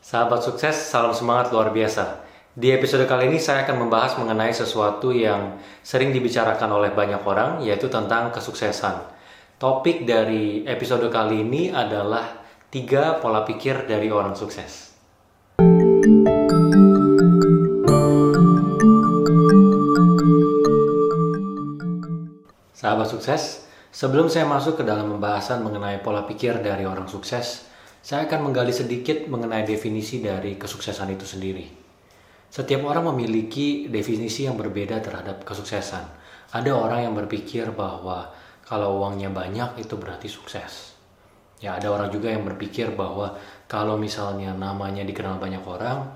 Sahabat sukses, salam semangat luar biasa. Di episode kali ini saya akan membahas mengenai sesuatu yang sering dibicarakan oleh banyak orang, yaitu tentang kesuksesan. Topik dari episode kali ini adalah 3 pola pikir dari orang sukses. Sahabat sukses, sebelum saya masuk ke dalam pembahasan mengenai pola pikir dari orang sukses, saya akan menggali sedikit mengenai definisi dari kesuksesan itu sendiri. Setiap orang memiliki definisi yang berbeda terhadap kesuksesan. Ada orang yang berpikir bahwa kalau uangnya banyak itu berarti sukses. Ya, ada orang juga yang berpikir bahwa kalau misalnya namanya dikenal banyak orang,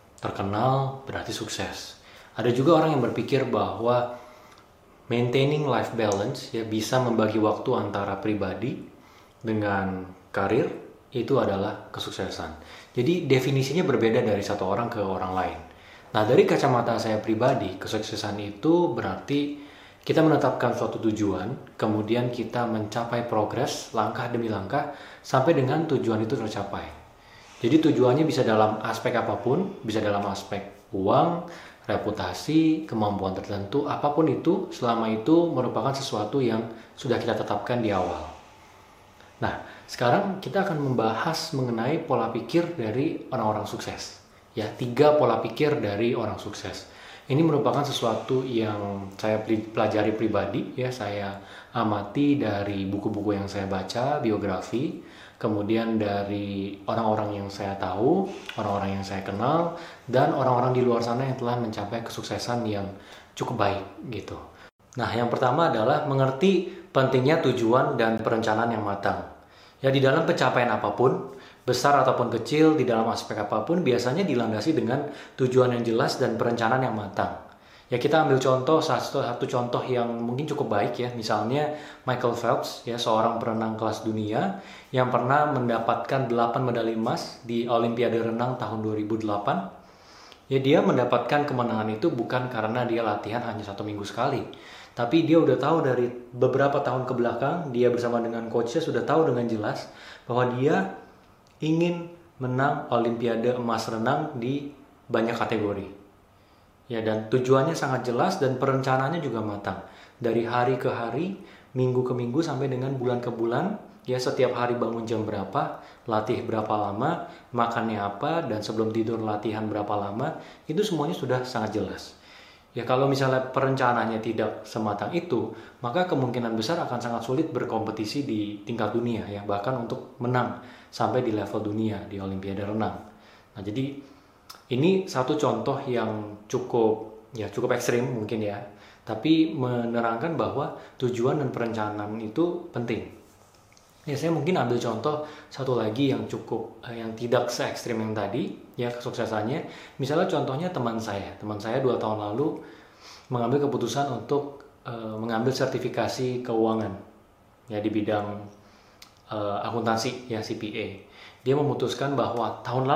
terkenal berarti sukses. Ada juga orang yang berpikir bahwa maintaining life balance, ya, bisa membagi waktu antara pribadi dengan karir, itu adalah kesuksesan. Jadi definisinya berbeda dari satu orang ke orang lain. Nah, dari kacamata saya pribadi, kesuksesan itu berarti kita menetapkan suatu tujuan, kemudian kita mencapai progres langkah demi langkah sampai dengan tujuan itu tercapai. Jadi tujuannya bisa dalam aspek apapun, bisa dalam aspek uang, reputasi, kemampuan tertentu, apapun itu, selama itu merupakan sesuatu yang sudah kita tetapkan di awal. Nah, sekarang kita akan membahas mengenai pola pikir dari orang-orang sukses. Ya, 3 pola pikir dari orang sukses. Ini merupakan sesuatu yang saya pelajari pribadi, ya, saya amati dari buku-buku yang saya baca, biografi, kemudian dari orang-orang yang saya tahu, orang-orang yang saya kenal, dan orang-orang di luar sana yang telah mencapai kesuksesan yang cukup baik gitu. Nah, yang pertama adalah mengerti pentingnya tujuan dan perencanaan yang matang. Ya, di dalam pencapaian apapun, besar ataupun kecil, di dalam aspek apapun, biasanya dilandasi dengan tujuan yang jelas dan perencanaan yang matang. Ya, kita ambil contoh, satu contoh yang mungkin cukup baik, ya. Misalnya Michael Phelps, ya, seorang perenang kelas dunia yang pernah mendapatkan 8 medali emas di Olimpiade Renang tahun 2008. Ya, dia mendapatkan kemenangan itu bukan karena dia latihan hanya 1 minggu sekali. Tapi dia udah tahu dari beberapa tahun ke belakang, dia bersama dengan coachnya sudah tahu dengan jelas bahwa dia ingin menang Olimpiade emas renang di banyak kategori. Ya, dan tujuannya sangat jelas dan perencanaannya juga matang. Dari hari ke hari, minggu ke minggu, sampai dengan bulan ke bulan, ya, setiap hari bangun jam berapa, latih berapa lama, makannya apa, dan sebelum tidur latihan berapa lama, itu semuanya sudah sangat jelas. Ya, kalau misalnya perencanaannya tidak sematang itu, maka kemungkinan besar akan sangat sulit berkompetisi di tingkat dunia, ya, bahkan untuk menang sampai di level dunia di Olimpiade renang. Nah, jadi ini satu contoh yang cukup ekstrim mungkin, ya, tapi menerangkan bahwa tujuan dan perencanaan itu penting. Ya, saya mungkin ambil contoh satu lagi yang yang tidak se ekstrim yang tadi, ya, kesuksesannya. Misalnya contohnya teman saya 2 tahun lalu mengambil keputusan untuk mengambil sertifikasi keuangan, ya, di bidang akuntansi, ya, CPA. Dia memutuskan bahwa tahun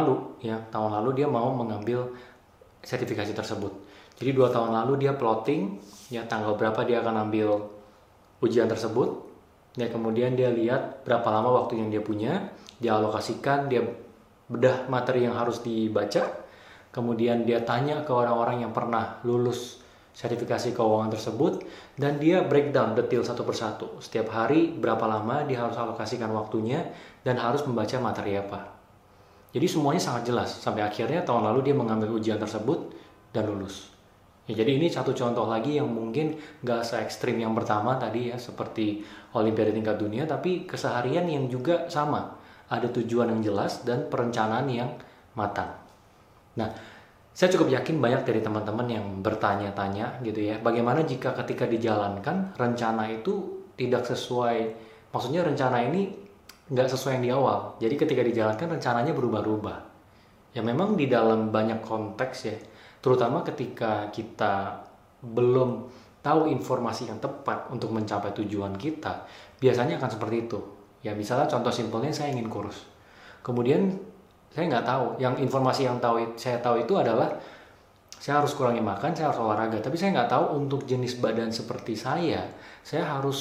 lalu dia mau mengambil sertifikasi tersebut. Jadi 2 tahun lalu dia plotting, ya, tanggal berapa dia akan ambil ujian tersebut. Ya, kemudian dia lihat berapa lama waktu yang dia punya, dia alokasikan, dia bedah materi yang harus dibaca, kemudian dia tanya ke orang-orang yang pernah lulus sertifikasi keuangan tersebut, dan dia breakdown detail satu persatu. Setiap hari berapa lama dia harus alokasikan waktunya dan harus membaca materi apa. Jadi semuanya sangat jelas, sampai akhirnya tahun lalu dia mengambil ujian tersebut dan lulus. Ya, jadi ini satu contoh lagi yang mungkin gak se-ekstrim yang pertama tadi, ya, seperti Olimpiade tingkat dunia, tapi keseharian yang juga sama. Ada tujuan yang jelas dan perencanaan yang matang. Nah, saya cukup yakin banyak dari teman-teman yang bertanya-tanya gitu, ya, bagaimana jika ketika dijalankan rencana itu tidak sesuai, maksudnya rencana ini gak sesuai yang di awal. Jadi ketika dijalankan rencananya berubah-ubah. Ya, memang di dalam banyak konteks, ya, terutama ketika kita belum tahu informasi yang tepat untuk mencapai tujuan kita, biasanya akan seperti itu. Ya, misalnya contoh simpelnya, saya ingin kurus. Kemudian saya nggak tahu, informasi yang saya tahu itu adalah saya harus kurangi makan, saya harus olahraga. Tapi saya nggak tahu untuk jenis badan seperti saya harus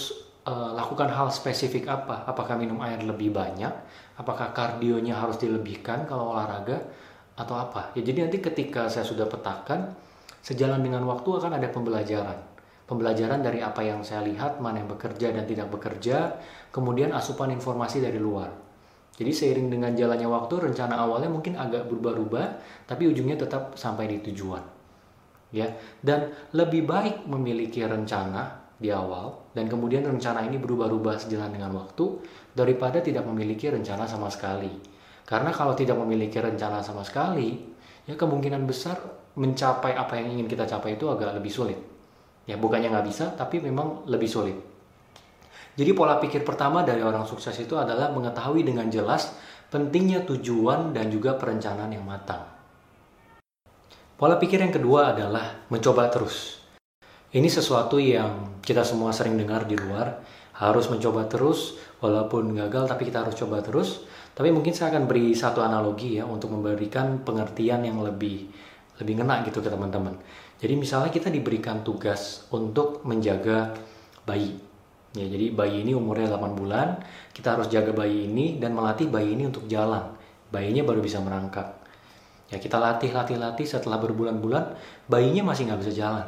lakukan hal spesifik apa? Apakah minum air lebih banyak? Apakah kardionya harus dilebihkan kalau olahraga? Atau apa? Ya, jadi nanti ketika saya sudah petakan, sejalan dengan waktu akan ada pembelajaran. Pembelajaran dari apa yang saya lihat, mana yang bekerja dan tidak bekerja, kemudian asupan informasi dari luar. Jadi seiring dengan jalannya waktu, rencana awalnya mungkin agak berubah-ubah, tapi ujungnya tetap sampai di tujuan. Ya, dan lebih baik memiliki rencana di awal dan kemudian rencana ini berubah-ubah sejalan dengan waktu daripada tidak memiliki rencana sama sekali. Karena kalau tidak memiliki rencana sama sekali, ya kemungkinan besar mencapai apa yang ingin kita capai itu agak lebih sulit. Ya, bukannya nggak bisa, tapi memang lebih sulit. Jadi pola pikir pertama dari orang sukses itu adalah mengetahui dengan jelas pentingnya tujuan dan juga perencanaan yang matang. Pola pikir yang kedua adalah mencoba terus. Ini sesuatu yang kita semua sering dengar di luar, harus mencoba terus, walaupun gagal tapi kita harus coba terus. Tapi mungkin saya akan beri satu analogi ya untuk memberikan pengertian yang lebih ngena gitu ke teman-teman. Jadi misalnya kita diberikan tugas untuk menjaga bayi. Ya, jadi bayi ini umurnya 8 bulan, kita harus jaga bayi ini dan melatih bayi ini untuk jalan. Bayinya baru bisa merangkak. Ya, kita latih setelah berbulan-bulan, bayinya masih nggak bisa jalan.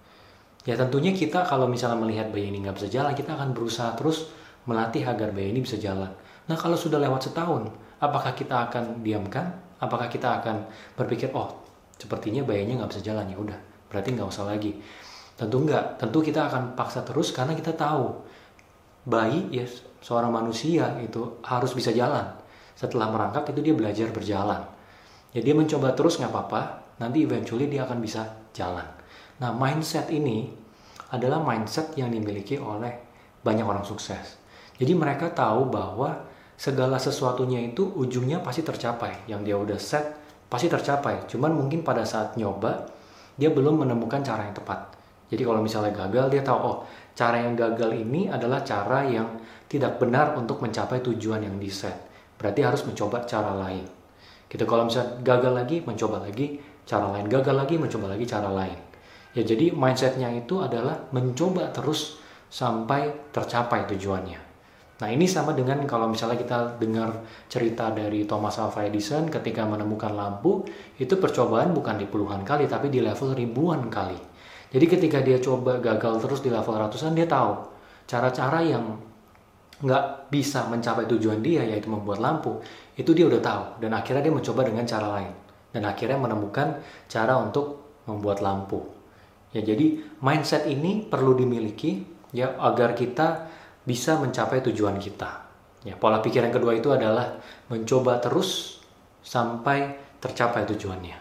Ya tentunya kita kalau misalnya melihat bayi ini nggak bisa jalan, kita akan berusaha terus melatih agar bayi ini bisa jalan. Nah kalau sudah lewat setahun, apakah kita akan diamkan? Apakah kita akan berpikir, oh sepertinya bayinya nggak bisa jalan, ya udah, berarti nggak usah lagi. Tentu nggak, tentu kita akan paksa terus karena kita tahu bayi ya seorang manusia itu harus bisa jalan. Setelah merangkak itu dia belajar berjalan. Ya dia mencoba terus nggak apa-apa, nanti eventually dia akan bisa jalan. Nah, mindset ini adalah mindset yang dimiliki oleh banyak orang sukses. Jadi mereka tahu bahwa segala sesuatunya itu ujungnya pasti tercapai. Yang dia udah set pasti tercapai. Cuman mungkin pada saat nyoba, dia belum menemukan cara yang tepat. Jadi kalau misalnya gagal, dia tahu, oh cara yang gagal ini adalah cara yang tidak benar untuk mencapai tujuan yang di-set. Berarti harus mencoba cara lain. Gitu, kalau misalnya gagal lagi, mencoba lagi cara lain. Gagal lagi, mencoba lagi cara lain. Ya jadi mindsetnya itu adalah mencoba terus sampai tercapai tujuannya. Nah ini sama dengan kalau misalnya kita dengar cerita dari Thomas Alva Edison ketika menemukan lampu, itu percobaan bukan di puluhan kali tapi di level ribuan kali. Jadi ketika dia coba gagal terus di level ratusan, dia tahu cara-cara yang nggak bisa mencapai tujuan dia yaitu membuat lampu, itu dia udah tahu dan akhirnya dia mencoba dengan cara lain dan akhirnya menemukan cara untuk membuat lampu. Ya, jadi mindset ini perlu dimiliki ya agar kita bisa mencapai tujuan kita. Ya, pola pikir yang kedua itu adalah mencoba terus sampai tercapai tujuannya.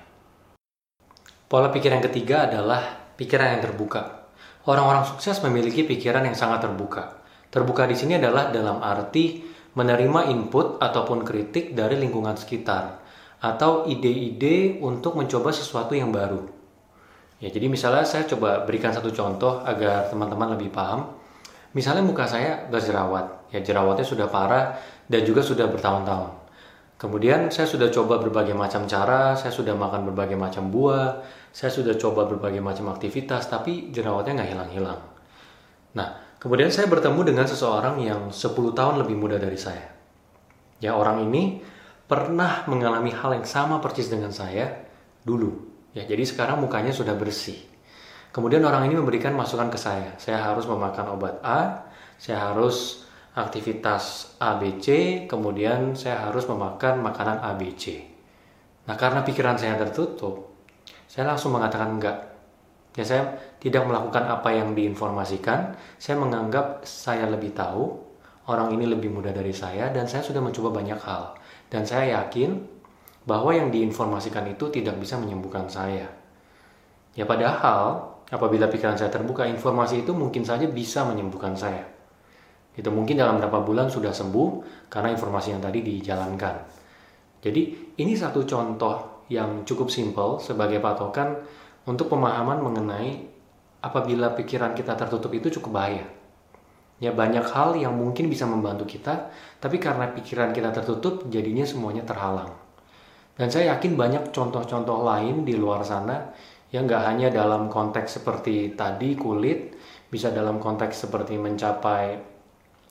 Pola pikir yang ketiga adalah pikiran yang terbuka. Orang-orang sukses memiliki pikiran yang sangat terbuka. Terbuka di sini adalah dalam arti menerima input ataupun kritik dari lingkungan sekitar atau ide-ide untuk mencoba sesuatu yang baru. Ya, jadi misalnya saya coba berikan satu contoh agar teman-teman lebih paham. Misalnya muka saya berjerawat, ya jerawatnya sudah parah dan juga sudah bertahun-tahun. Kemudian saya sudah coba berbagai macam cara, saya sudah makan berbagai macam buah, saya sudah coba berbagai macam aktivitas, tapi jerawatnya nggak hilang-hilang. Nah, kemudian saya bertemu dengan seseorang yang 10 tahun lebih muda dari saya. Ya, orang ini pernah mengalami hal yang sama persis dengan saya dulu. Ya, jadi sekarang mukanya sudah bersih. Kemudian orang ini memberikan masukan ke saya. Saya harus memakan obat A, saya harus aktivitas ABC, kemudian saya harus memakan makanan ABC. Nah, karena pikiran saya tertutup, saya langsung mengatakan enggak. Ya, saya tidak melakukan apa yang diinformasikan. Saya menganggap saya lebih tahu, orang ini lebih muda dari saya, dan saya sudah mencoba banyak hal. Dan saya yakin bahwa yang diinformasikan itu tidak bisa menyembuhkan saya. Ya padahal apabila pikiran saya terbuka, informasi itu mungkin saja bisa menyembuhkan saya. Itu mungkin dalam beberapa bulan sudah sembuh karena informasi yang tadi dijalankan. Jadi ini satu contoh yang cukup simpel sebagai patokan untuk pemahaman mengenai apabila pikiran kita tertutup itu cukup bahaya. Ya banyak hal yang mungkin bisa membantu kita, tapi karena pikiran kita tertutup jadinya semuanya terhalang. Dan saya yakin banyak contoh-contoh lain di luar sana yang nggak hanya dalam konteks seperti tadi kulit, bisa dalam konteks seperti mencapai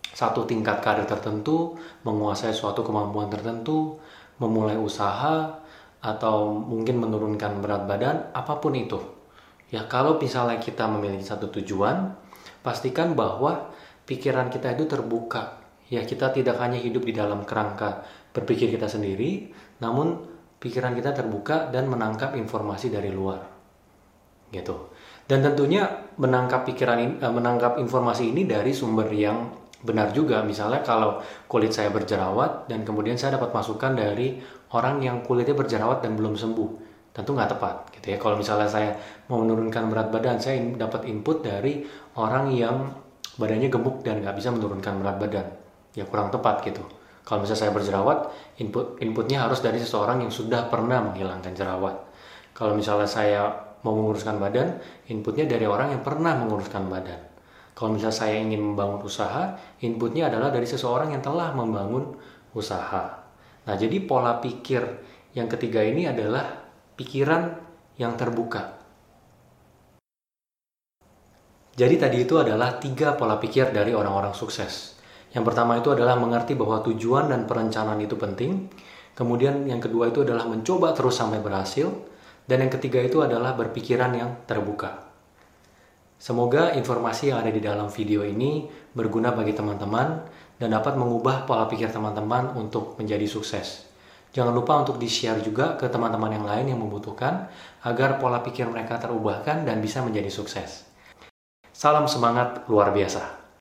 satu tingkat karir tertentu, menguasai suatu kemampuan tertentu, memulai usaha, atau mungkin menurunkan berat badan, apapun itu. Ya, kalau misalnya kita memiliki satu tujuan, pastikan bahwa pikiran kita itu terbuka. Ya, kita tidak hanya hidup di dalam kerangka berpikir kita sendiri, namun pikiran kita terbuka dan menangkap informasi dari luar. Gitu. Dan tentunya menangkap menangkap informasi ini dari sumber yang benar juga. Misalnya kalau kulit saya berjerawat dan kemudian saya dapat masukan dari orang yang kulitnya berjerawat dan belum sembuh, tentu nggak tepat gitu ya. Kalau misalnya saya mau menurunkan berat badan, saya dapat input dari orang yang badannya gemuk dan nggak bisa menurunkan berat badan, ya kurang tepat gitu. Kalau misalnya saya berjerawat, inputnya harus dari seseorang yang sudah pernah menghilangkan jerawat. Kalau misalnya saya mau menguruskan badan, inputnya dari orang yang pernah menguruskan badan. Kalau misalnya saya ingin membangun usaha, inputnya adalah dari seseorang yang telah membangun usaha. Nah, jadi pola pikir yang ketiga ini adalah pikiran yang terbuka. Jadi tadi itu adalah 3 pola pikir dari orang-orang sukses. Yang pertama itu adalah mengerti bahwa tujuan dan perencanaan itu penting. Kemudian yang kedua itu adalah mencoba terus sampai berhasil. Dan yang ketiga itu adalah berpikiran yang terbuka. Semoga informasi yang ada di dalam video ini berguna bagi teman-teman dan dapat mengubah pola pikir teman-teman untuk menjadi sukses. Jangan lupa untuk di-share juga ke teman-teman yang lain yang membutuhkan agar pola pikir mereka terubahkan dan bisa menjadi sukses. Salam semangat luar biasa.